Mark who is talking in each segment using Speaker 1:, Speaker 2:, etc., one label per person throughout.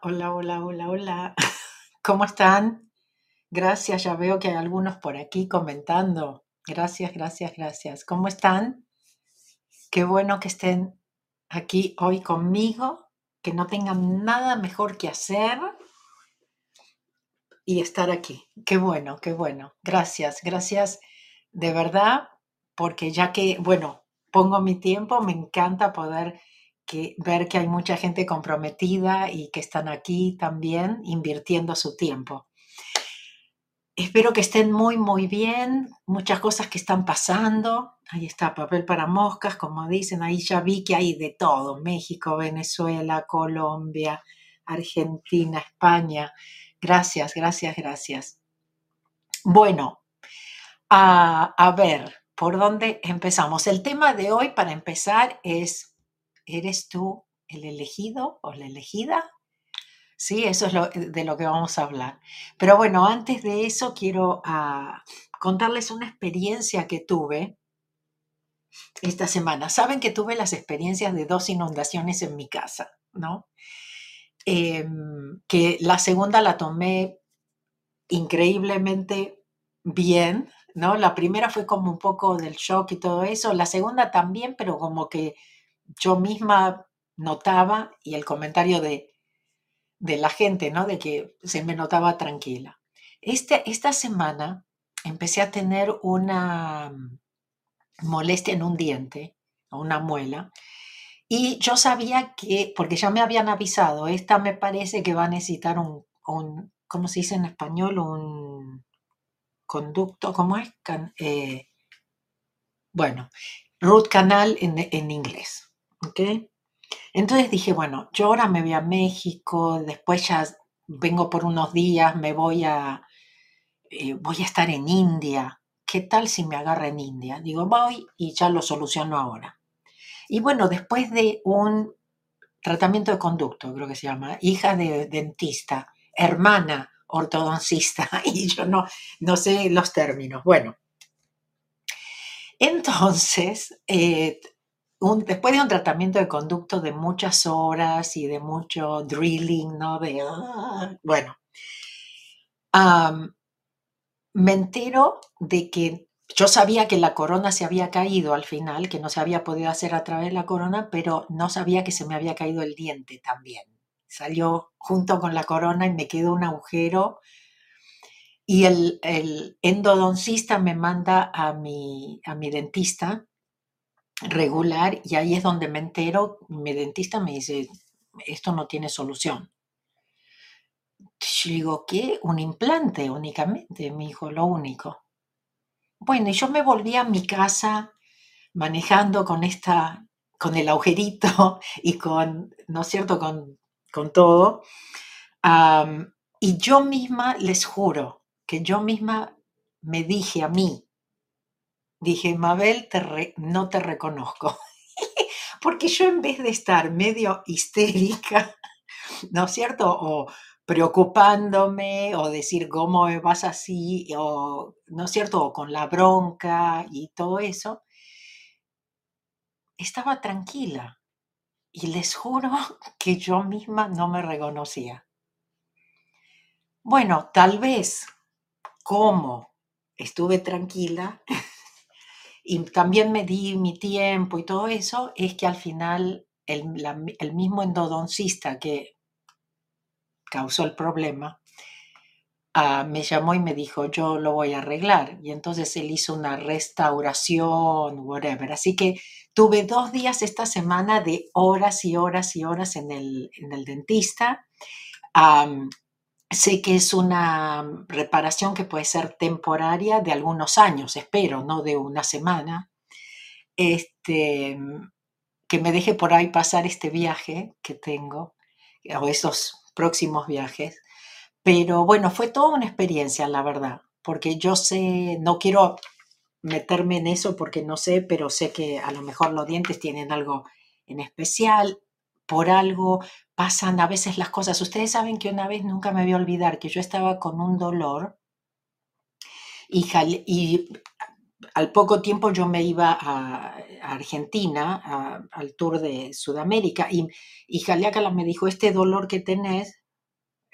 Speaker 1: Hola, hola, hola, hola. ¿Cómo están? Gracias, ya veo que hay algunos por aquí comentando. Gracias, gracias, gracias. ¿Cómo están? Qué bueno que estén aquí hoy conmigo, que no tengan nada mejor que hacer y estar aquí. Qué bueno, qué bueno. Gracias, gracias de verdad, porque ya que, bueno, pongo mi tiempo, me encanta poder ver que hay mucha gente comprometida y que están aquí también invirtiendo su tiempo. Espero que estén muy, muy bien. Muchas cosas que están pasando. Ahí está, papel para moscas, como dicen. Ahí ya vi que hay de todo. México, Venezuela, Colombia, Argentina, España. Gracias, gracias, gracias. Bueno, a ver, ¿por dónde empezamos? El tema de hoy, para empezar, es, ¿eres tú el elegido o la elegida? Sí, eso es de lo que vamos a hablar. Pero bueno, antes de eso quiero contarles una experiencia que tuve esta semana. Saben que tuve las experiencias de 2 inundaciones en mi casa, ¿no? Que la segunda la tomé increíblemente bien, ¿no? La primera fue como un poco del shock y todo eso. La segunda también, pero como que yo misma notaba y el comentario de la gente, ¿no? De que se me notaba tranquila. Esta semana empecé a tener una molestia en un diente, o una muela, y yo sabía que, porque ya me habían avisado, esta me parece que va a necesitar ¿cómo se dice en español? Un conducto, ¿cómo es? Bueno, root canal en inglés, ¿ok? Entonces dije, bueno, yo ahora me voy a México, después ya vengo por unos días, voy a estar en India. ¿Qué tal si me agarra en India? Digo, voy y ya lo soluciono ahora. Y bueno, después de un tratamiento de conducto, creo que se llama, hija de dentista, hermana ortodoncista, y yo no sé los términos. Bueno, entonces, después de un tratamiento de conducto de muchas horas y de mucho drilling, ¿no? Bueno, me entero de que yo sabía que la corona se había caído al final, que no se había podido hacer a través de la corona, pero no sabía que se me había caído el diente también. Salió junto con la corona y me quedó un agujero. Y el endodoncista me manda a mi dentista regular y ahí es donde me entero. Mi dentista me dice, esto no tiene solución. Yo digo, ¿qué? Un implante únicamente, me dijo, lo único. Bueno, y yo me volví a mi casa manejando con el agujerito y ¿no es cierto?, con todo. Y yo misma, les juro, que yo misma me dije a mí, dije, Mabel, no te reconozco. Porque yo en vez de estar medio histérica, ¿no es cierto? O preocupándome, o decir, ¿cómo me vas así? O, ¿no es cierto? O con la bronca y todo eso, estaba tranquila. Y les juro que yo misma no me reconocía. Bueno, tal vez como estuve tranquila y también me di mi tiempo y todo eso, es que al final el mismo endodoncista que causó el problema me llamó y me dijo, yo lo voy a arreglar. Y entonces él hizo una restauración, whatever. Así que tuve 2 días esta semana de horas y horas y horas en el dentista. Sé que es una reparación que puede ser temporaria de algunos años, espero, no de una semana. Que me deje por ahí pasar este viaje que tengo, o esos próximos viajes. Pero bueno, fue toda una experiencia, la verdad, porque yo sé, no quiero meterme en eso porque no sé, pero sé que a lo mejor los dientes tienen algo en especial, por algo pasan a veces las cosas. Ustedes saben que una vez nunca me voy a olvidar que yo estaba con un dolor y al poco tiempo yo me iba a Argentina, al tour de Sudamérica, y Jaliácala me dijo, este dolor que tenés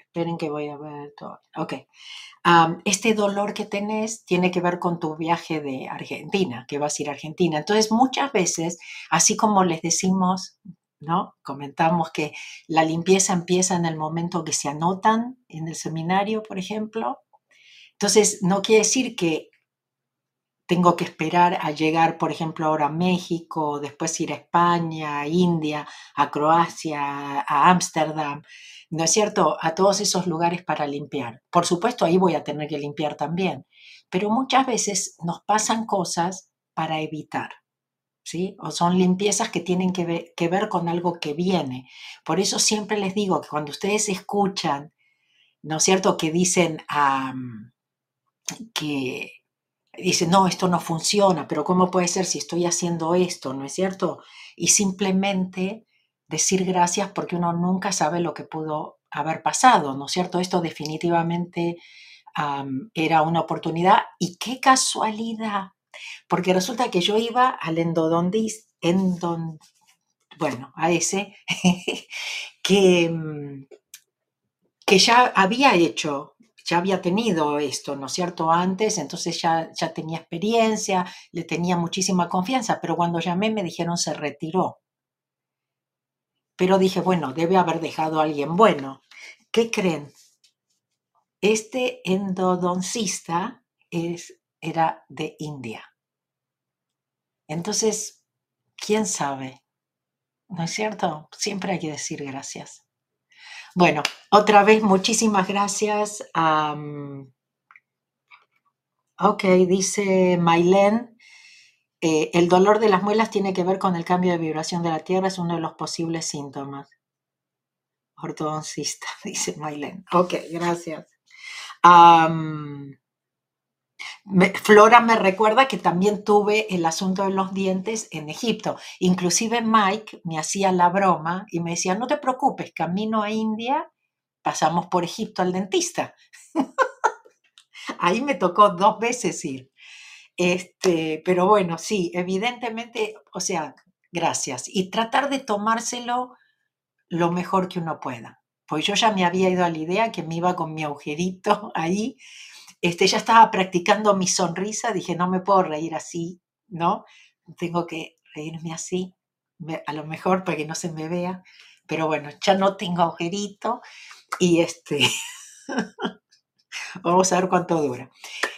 Speaker 1: Esperen que voy a ver todo. Ok. Este dolor que tenés tiene que ver con tu viaje de Argentina, que vas a ir a Argentina. Entonces, muchas veces, así como les decimos, ¿no? Comentamos que la limpieza empieza en el momento que se anotan en el seminario, por ejemplo. Entonces, no quiere decir que tengo que esperar a llegar, por ejemplo, ahora a México, después ir a España, a India, a Croacia, a Ámsterdam, ¿no es cierto? A todos esos lugares para limpiar. Por supuesto, ahí voy a tener que limpiar también, pero muchas veces nos pasan cosas para evitar, ¿sí? O son limpiezas que tienen que ver con algo que viene. Por eso siempre les digo que cuando ustedes escuchan, ¿no es cierto?, que dicen que dice, no, esto no funciona, pero ¿cómo puede ser si estoy haciendo esto? ¿No es cierto? Y simplemente decir gracias porque uno nunca sabe lo que pudo haber pasado, ¿no es cierto? Esto definitivamente era una oportunidad y qué casualidad, porque resulta que yo iba al bueno, a ese, que, que ya había tenido esto, ¿no es cierto?, antes, entonces ya tenía experiencia, le tenía muchísima confianza, pero cuando llamé me dijeron se retiró. Pero dije, bueno, debe haber dejado a alguien bueno. ¿Qué creen? Este endodoncista era de India. Entonces, ¿quién sabe? ¿No es cierto? Siempre hay que decir gracias. Bueno, otra vez muchísimas gracias. Ok, dice Mailén, el dolor de las muelas tiene que ver con el cambio de vibración de la Tierra, es uno de los posibles síntomas. Ortodoncista, dice Mailén. Ok, gracias. Flora me recuerda que también tuve el asunto de los dientes en Egipto. Inclusive Mike me hacía la broma y me decía, no te preocupes, camino a India, pasamos por Egipto al dentista. Ahí me tocó 2 veces ir. Pero bueno, sí, evidentemente, o sea, gracias. Y tratar de tomárselo lo mejor que uno pueda. Pues yo ya me había ido a la idea que me iba con mi agujerito ahí. Ya estaba practicando mi sonrisa, dije, no me puedo reír así, ¿no? Tengo que reírme así, a lo mejor para que no se me vea. Pero bueno, ya no tengo agujerito y vamos a ver cuánto dura.